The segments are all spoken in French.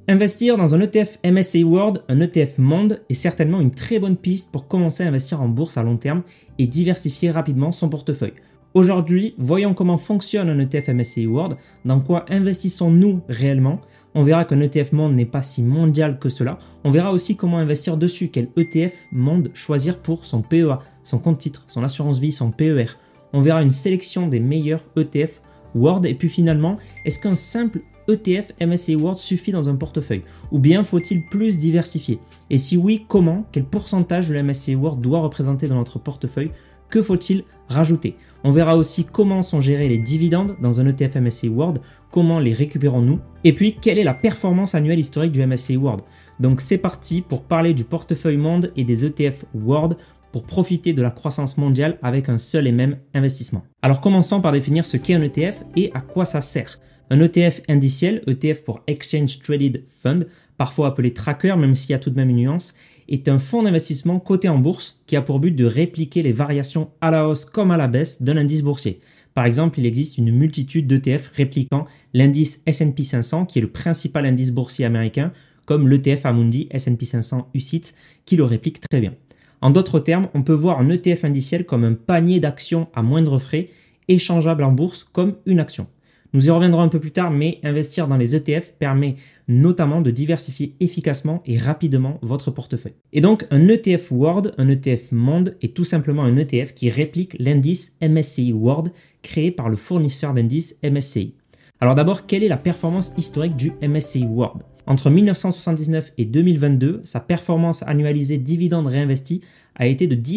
Investir dans un ETF MSCI World, un ETF Monde, est certainement une très bonne piste pour commencer à investir en bourse à long terme et diversifier rapidement son portefeuille. Aujourd'hui, voyons comment fonctionne un ETF MSCI World, dans quoi investissons-nous réellement. On verra qu'un ETF Monde n'est pas si mondial que cela. On verra aussi comment investir dessus, quel ETF Monde choisir pour son PEA, son compte titre, son assurance vie, son PER. On verra une sélection des meilleurs ETF World et puis finalement, est-ce qu'un simple ETF MSCI World suffit dans un portefeuille? Ou bien faut-il plus diversifier? Et si oui, comment? Quel pourcentage de MSCI World doit représenter dans notre portefeuille? Que faut-il rajouter? On verra aussi comment sont gérés les dividendes dans un ETF MSCI World, comment les récupérons-nous? Et puis, quelle est la performance annuelle historique du MSCI World? Donc c'est parti pour parler du portefeuille Monde et des ETF World pour profiter de la croissance mondiale avec un seul et même investissement. Alors commençons par définir ce qu'est un ETF et à quoi ça sert. Un ETF indiciel, ETF pour Exchange Traded Fund, parfois appelé tracker, même s'il y a tout de même une nuance, est un fonds d'investissement coté en bourse qui a pour but de répliquer les variations à la hausse comme à la baisse d'un indice boursier. Par exemple, il existe une multitude d'ETF répliquant l'indice S&P 500, qui est le principal indice boursier américain, comme l'ETF Amundi S&P 500 UCITS, qui le réplique très bien. En d'autres termes, on peut voir un ETF indiciel comme un panier d'actions à moindre frais, échangeable en bourse comme une action. Nous y reviendrons un peu plus tard, mais investir dans les ETF permet notamment de diversifier efficacement et rapidement votre portefeuille. Et donc, un ETF World, un ETF Monde est tout simplement un ETF qui réplique l'indice MSCI World créé par le fournisseur d'indices MSCI. Alors d'abord, quelle est la performance historique du MSCI World? Entre 1979 et 2022, sa performance annualisée dividende réinvesti a été de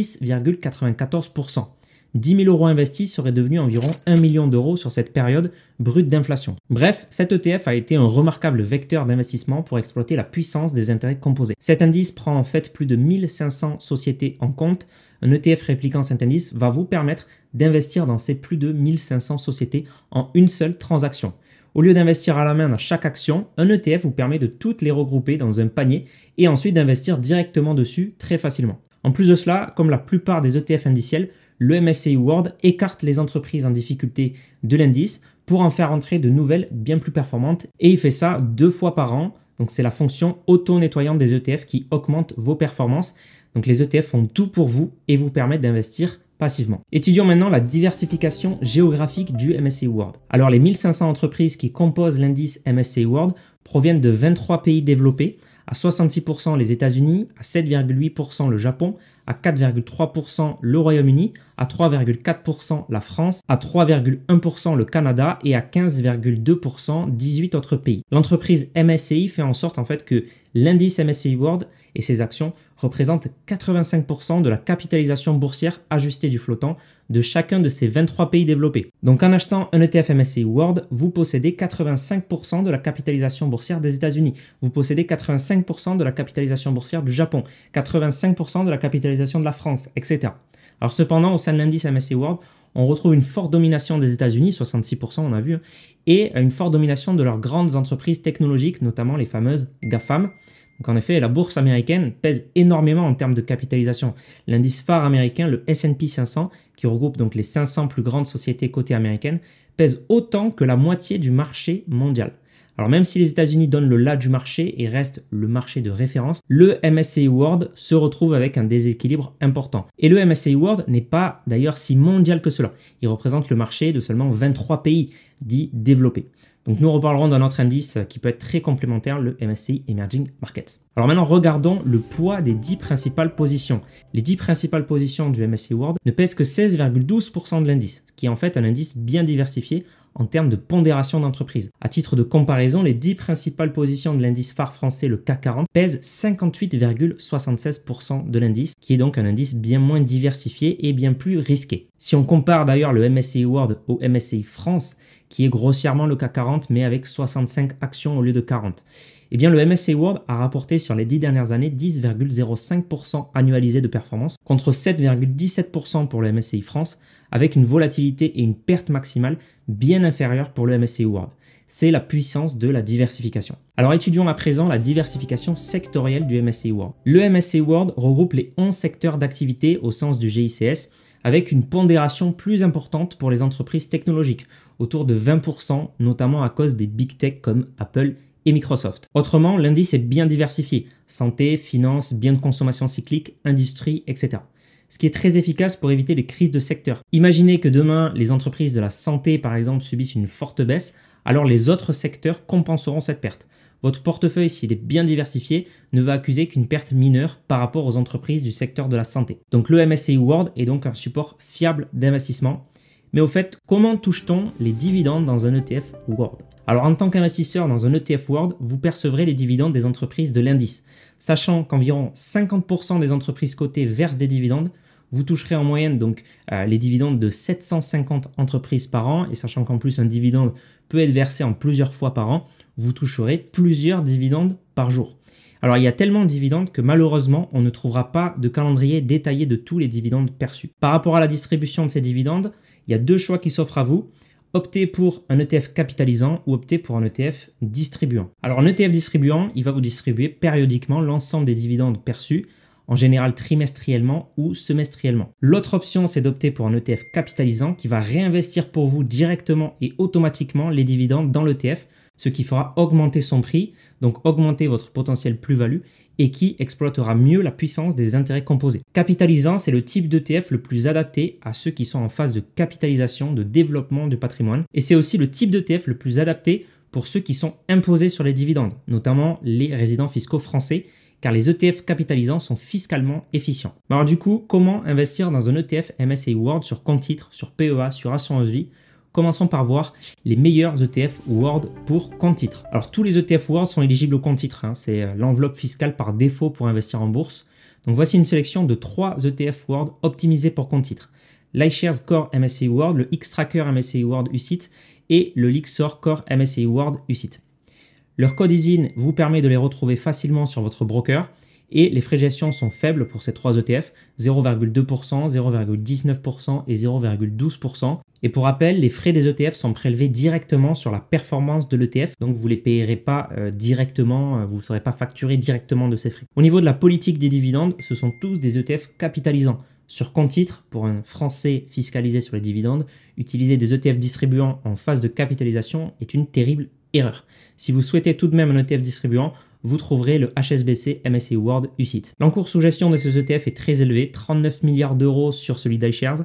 10,94%. 10 000 euros investis seraient devenus environ 1 million d'euros sur cette période brute d'inflation. Bref, cet ETF a été un remarquable vecteur d'investissement pour exploiter la puissance des intérêts composés. Cet indice prend en fait plus de 1500 sociétés en compte. Un ETF répliquant cet indice va vous permettre d'investir dans ces plus de 1500 sociétés en une seule transaction. Au lieu d'investir à la main dans chaque action, un ETF vous permet de toutes les regrouper dans un panier et ensuite d'investir directement dessus très facilement. En plus de cela, comme la plupart des ETF indiciels, le MSCI World écarte les entreprises en difficulté de l'indice pour en faire entrer de nouvelles bien plus performantes et il fait ça 2 fois par an. Donc c'est la fonction auto-nettoyante des ETF qui augmente vos performances. Donc les ETF font tout pour vous et vous permettent d'investir passivement. Étudions maintenant la diversification géographique du MSCI World. Alors les 1500 entreprises qui composent l'indice MSCI World proviennent de 23 pays développés, à 66% les États-Unis, à 7,8% le Japon, à 4,3% le Royaume-Uni, à 3,4% la France, à 3,1% le Canada et à 15,2% 18 autres pays. L'entreprise MSCI fait en sorte en fait que l'indice MSCI World et ses actions représentent 85% de la capitalisation boursière ajustée du flottant de chacun de ces 23 pays développés. Donc en achetant un ETF MSCI World, vous possédez 85% de la capitalisation boursière des États-Unis, vous possédez 85% de la capitalisation boursière du Japon, 85% de la capitalisation de la France, etc. Alors cependant, au sein de l'indice MSCI World, on retrouve une forte domination des États-Unis, 66% on a vu, et une forte domination de leurs grandes entreprises technologiques, notamment les fameuses GAFAM. Donc en effet, la bourse américaine pèse énormément en termes de capitalisation. L'indice phare américain, le S&P 500, qui regroupe donc les 500 plus grandes sociétés cotées américaines, pèse autant que la moitié du marché mondial. Alors même si les États-Unis donnent le là du marché et restent le marché de référence, le MSCI World se retrouve avec un déséquilibre important. Et le MSCI World n'est pas d'ailleurs si mondial que cela. Il représente le marché de seulement 23 pays dits développés. Donc nous reparlerons d'un autre indice qui peut être très complémentaire, le MSCI Emerging Markets. Alors maintenant, regardons le poids des 10 principales positions. Les 10 principales positions du MSCI World ne pèsent que 16,12% de l'indice, ce qui est en fait un indice bien diversifié en termes de pondération d'entreprise. À titre de comparaison, les 10 principales positions de l'indice phare français, le CAC 40, pèsent 58,76% de l'indice, qui est donc un indice bien moins diversifié et bien plus risqué. Si on compare d'ailleurs le MSCI World au MSCI France, qui est grossièrement le CAC 40, mais avec 65 actions au lieu de 40, eh bien le MSCI World a rapporté sur les 10 dernières années 10,05% annualisé de performance, contre 7,17% pour le MSCI France, avec une volatilité et une perte maximale bien inférieures pour le MSCI World. C'est la puissance de la diversification. Alors étudions à présent la diversification sectorielle du MSCI World. Le MSCI World regroupe les 11 secteurs d'activité au sens du GICS, avec une pondération plus importante pour les entreprises technologiques, autour de 20%, notamment à cause des big tech comme Apple et Microsoft. Autrement, l'indice est bien diversifié. Santé, finance, biens de consommation cyclique, industrie, etc. Ce qui est très efficace pour éviter les crises de secteur. Imaginez que demain, les entreprises de la santé, par exemple, subissent une forte baisse, alors les autres secteurs compenseront cette perte. Votre portefeuille, s'il est bien diversifié, ne va accuser qu'une perte mineure par rapport aux entreprises du secteur de la santé. Donc le MSCI World est donc un support fiable d'investissement. Mais au fait, comment touche-t-on les dividendes dans un ETF World? Alors en tant qu'investisseur dans un ETF World, vous percevrez les dividendes des entreprises de l'indice. Sachant qu'environ 50% des entreprises cotées versent des dividendes, vous toucherez en moyenne donc les dividendes de 750 entreprises par an, et sachant qu'en plus un dividende peut être versé en plusieurs fois par an, vous toucherez plusieurs dividendes par jour. Alors il y a tellement de dividendes que malheureusement on ne trouvera pas de calendrier détaillé de tous les dividendes perçus. Par rapport à la distribution de ces dividendes, il y a deux choix qui s'offrent à vous. Optez pour un ETF capitalisant ou optez pour un ETF distribuant. Alors un ETF distribuant, il va vous distribuer périodiquement l'ensemble des dividendes perçus, en général trimestriellement ou semestriellement. L'autre option, c'est d'opter pour un ETF capitalisant qui va réinvestir pour vous directement et automatiquement les dividendes dans l'ETF, ce qui fera augmenter son prix, donc augmenter votre potentiel plus-value et qui exploitera mieux la puissance des intérêts composés. Capitalisant, c'est le type d'ETF le plus adapté à ceux qui sont en phase de capitalisation, de développement du patrimoine. Et c'est aussi le type d'ETF le plus adapté pour ceux qui sont imposés sur les dividendes, notamment les résidents fiscaux français, car les ETF capitalisants sont fiscalement efficients. Alors du coup, comment investir dans un ETF MSCI World sur compte titre, sur PEA, sur assurance vie? Commençons par voir les meilleurs ETF World pour compte titre. Alors tous les ETF World sont éligibles au compte titre, c'est l'enveloppe fiscale par défaut pour investir en bourse. Donc voici une sélection de 3 ETF World optimisés pour compte titre. l'iShares Core MSCI World, le Xtracker MSCI World UCITS et le Lixor Core MSCI World UCITS. Leur code ISIN vous permet de les retrouver facilement sur votre broker et les frais de gestion sont faibles pour ces 3 ETF, 0,2%, 0,19% et 0,12%. Et pour rappel, les frais des ETF sont prélevés directement sur la performance de l'ETF, donc vous ne les payerez pas directement, vous ne serez pas facturé directement de ces frais. Au niveau de la politique des dividendes, ce sont tous des ETF capitalisants. Sur compte titre, pour un Français fiscalisé sur les dividendes, utiliser des ETF distribuants en phase de capitalisation est une terrible erreur. Si vous souhaitez tout de même un ETF distribuant, vous trouverez le HSBC MSCI World UCITS. L'encours sous gestion de ces ETF est très élevé, 39 milliards d'euros sur celui d'iShares,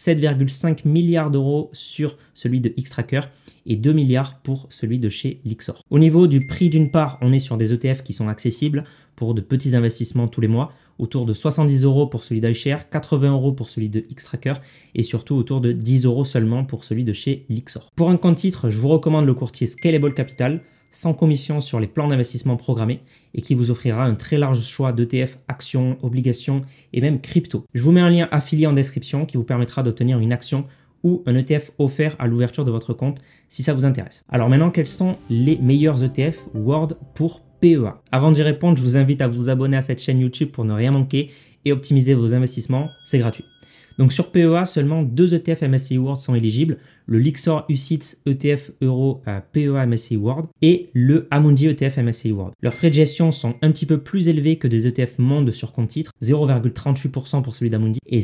7,5 milliards d'euros sur celui de Xtracker et 2 milliards pour celui de chez Lixor. Au niveau du prix d'une part, on est sur des ETF qui sont accessibles pour de petits investissements tous les mois, autour de 70 euros pour celui d'iShares, 80 euros pour celui de Xtracker et surtout autour de 10 euros seulement pour celui de chez Lixor. Pour un compte titre, je vous recommande le courtier Scalable Capital, sans commission sur les plans d'investissement programmés et qui vous offrira un très large choix d'ETF, actions, obligations et même crypto. Je vous mets un lien affilié en description qui vous permettra d'obtenir une action ou un ETF offert à l'ouverture de votre compte si ça vous intéresse. Alors maintenant, quels sont les meilleurs ETF World pour PEA? Avant d'y répondre, je vous invite à vous abonner à cette chaîne YouTube pour ne rien manquer et optimiser vos investissements, c'est gratuit. Donc sur PEA, seulement 2 ETF MSCI World sont éligibles, le Lixor UCITS ETF Euro PEA MSCI World et le Amundi ETF MSCI World. Leurs frais de gestion sont un petit peu plus élevés que des ETF Monde sur compte titre, 0,38% pour celui d'Amundi et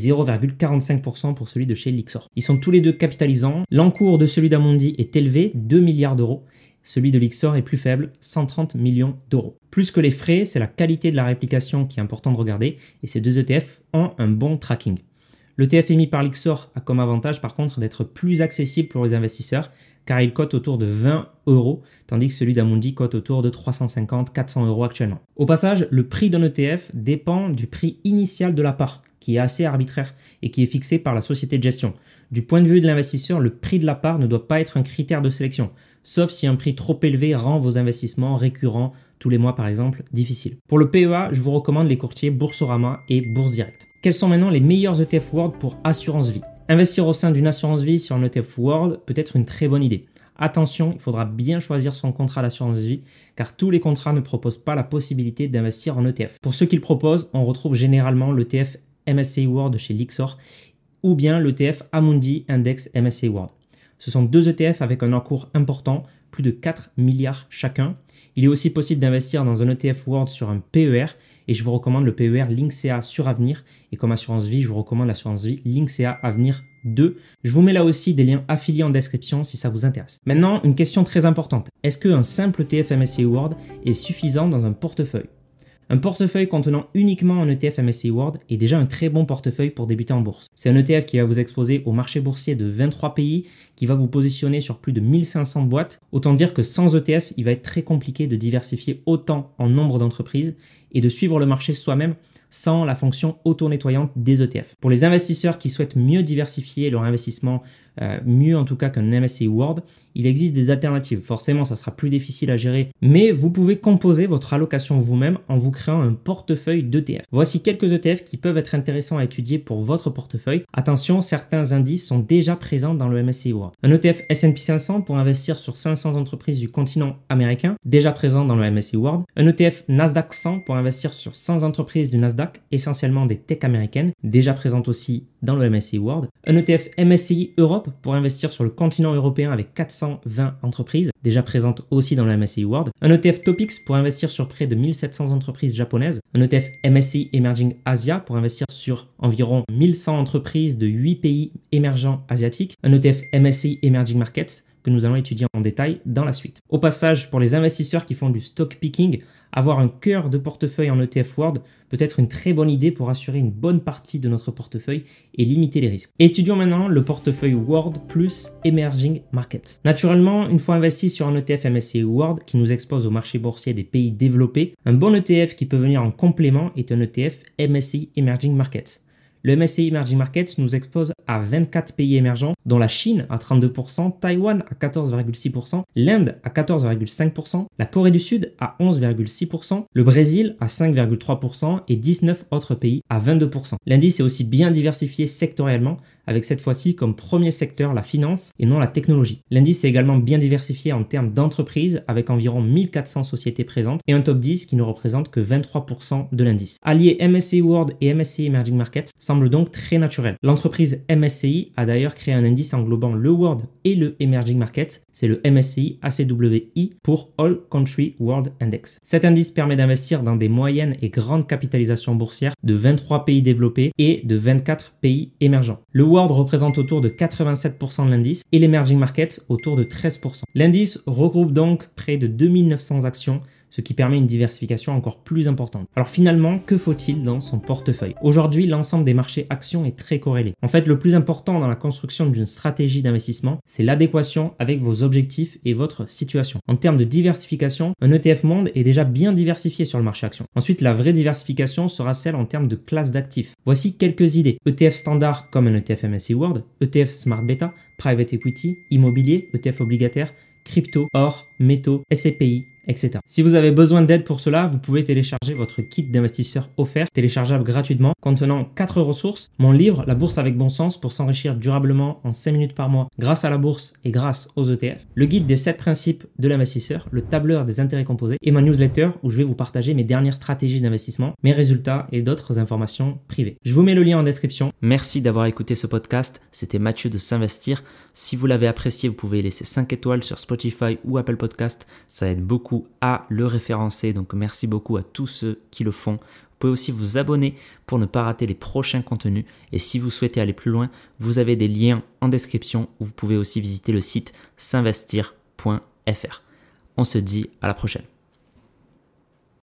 0,45% pour celui de chez Lixor. Ils sont tous les deux capitalisants. L'encours de celui d'Amundi est élevé, 2 milliards d'euros. Celui de Lixor est plus faible, 130 millions d'euros. Plus que les frais, c'est la qualité de la réplication qui est important de regarder et ces deux ETF ont un bon tracking. L'ETF émis par Lixor a comme avantage par contre d'être plus accessible pour les investisseurs car il cote autour de 20 euros, tandis que celui d'Amundi cote autour de 350-400 euros actuellement. Au passage, le prix d'un ETF dépend du prix initial de la part, qui est assez arbitraire et qui est fixé par la société de gestion. Du point de vue de l'investisseur, le prix de la part ne doit pas être un critère de sélection, sauf si un prix trop élevé rend vos investissements récurrents, tous les mois par exemple, difficiles. Pour le PEA, je vous recommande les courtiers Boursorama et Bourse Direct. Quels sont maintenant les meilleurs ETF World pour assurance vie? Investir au sein d'une assurance vie sur un ETF World peut être une très bonne idée. Attention, il faudra bien choisir son contrat d'assurance vie car tous les contrats ne proposent pas la possibilité d'investir en ETF. Pour ceux qui le proposent, on retrouve généralement l'ETF MSCI World chez Lixor ou bien l'ETF Amundi Index MSCI World. Ce sont deux ETF avec un encours important, plus de 4 milliards chacun. Il est aussi possible d'investir dans un ETF World sur un PER et je vous recommande le PER Linksea sur Avenir. Et comme assurance vie, je vous recommande l'assurance vie Linksea Avenir 2. Je vous mets là aussi des liens affiliés en description si ça vous intéresse. Maintenant, une question très importante. Est-ce qu'un simple ETF MSCI World est suffisant dans un portefeuille ? Un portefeuille contenant uniquement un ETF MSCI World est déjà un très bon portefeuille pour débuter en bourse. C'est un ETF qui va vous exposer au marché boursier de 23 pays, qui va vous positionner sur plus de 1500 boîtes. Autant dire que sans ETF, il va être très compliqué de diversifier autant en nombre d'entreprises et de suivre le marché soi-même sans la fonction auto-nettoyante des ETF. Pour les investisseurs qui souhaitent mieux diversifier leur investissement, mieux en tout cas qu'un MSCI World, il existe des alternatives. Forcément, ça sera plus difficile à gérer, mais vous pouvez composer votre allocation vous-même en vous créant un portefeuille d'ETF. Voici quelques ETF qui peuvent être intéressants à étudier pour votre portefeuille. Attention, certains indices sont déjà présents dans le MSCI World. Un ETF S&P 500 pour investir sur 500 entreprises du continent américain, déjà présent dans le MSCI World. Un ETF Nasdaq 100 pour investir sur 100 entreprises du Nasdaq, essentiellement des tech américaines, déjà présentes aussi dans le MSCI World. Un ETF MSCI Europe pour investir sur le continent européen avec 420 entreprises, déjà présentes aussi dans le MSCI World. Un ETF Topix pour investir sur près de 1700 entreprises japonaises. Un ETF MSCI Emerging Asia pour investir sur environ 1100 entreprises de 8 pays émergents asiatiques. Un ETF MSCI Emerging Markets que nous allons étudier en détail dans la suite. Au passage, pour les investisseurs qui font du stock picking, avoir un cœur de portefeuille en ETF World peut être une très bonne idée pour assurer une bonne partie de notre portefeuille et limiter les risques. Étudions maintenant le portefeuille World plus Emerging Markets. Naturellement, une fois investi sur un ETF MSCI World qui nous expose au marché boursier des pays développés, un bon ETF qui peut venir en complément est un ETF MSCI Emerging Markets. Le MSCI Emerging Markets nous expose à 24 pays émergents, dont la Chine à 32%, Taïwan à 14,6%, l'Inde à 14,5%, la Corée du Sud à 11,6%, le Brésil à 5,3% et 19 autres pays à 22%. L'indice est aussi bien diversifié sectoriellement, avec cette fois-ci comme premier secteur la finance et non la technologie. L'indice est également bien diversifié en termes d'entreprises, avec environ 1400 sociétés présentes et un top 10 qui ne représente que 23% de l'indice. Allier MSCI World et MSCI Emerging Markets semble donc très naturel. L'entreprise MSCI a d'ailleurs créé un indice englobant le World et le Emerging Markets, c'est le MSCI ACWI pour All Country World Index. Cet indice permet d'investir dans des moyennes et grandes capitalisations boursières de 23 pays développés et de 24 pays émergents. Le World représente autour de 87% de l'indice et l'Emerging Markets autour de 13%. L'indice regroupe donc près de 2900 actions, ce qui permet une diversification encore plus importante. Alors finalement, que faut-il dans son portefeuille ? Aujourd'hui, l'ensemble des marchés actions est très corrélé. En fait, le plus important dans la construction d'une stratégie d'investissement, c'est l'adéquation avec vos objectifs et votre situation. En termes de diversification, un ETF Monde est déjà bien diversifié sur le marché action. Ensuite, la vraie diversification sera celle en termes de classe d'actifs. Voici quelques idées. ETF standard comme un ETF MSCI World, ETF Smart Beta, Private Equity, immobilier, ETF obligataire, crypto, or, métaux, SCPI, etc. Si vous avez besoin d'aide pour cela, vous pouvez télécharger votre kit d'investisseur offert, téléchargeable gratuitement, contenant 4 ressources. Mon livre, La bourse avec bon sens pour s'enrichir durablement en 5 minutes par mois grâce à la bourse et grâce aux ETF. Le guide des 7 principes de l'investisseur, le tableur des intérêts composés et ma newsletter où je vais vous partager mes dernières stratégies d'investissement, mes résultats et d'autres informations privées. Je vous mets le lien en description. Merci d'avoir écouté ce podcast. C'était Mathieu de S'investir. Si vous l'avez apprécié, vous pouvez laisser 5 étoiles sur Spotify ou Apple Podcast. Ça aide beaucoup à le référencer, donc merci beaucoup à tous ceux qui le font. Vous pouvez aussi vous abonner pour ne pas rater les prochains contenus et si vous souhaitez aller plus loin, vous avez des liens en description où vous pouvez aussi visiter le site s'investir.fr. On se dit à la prochaine.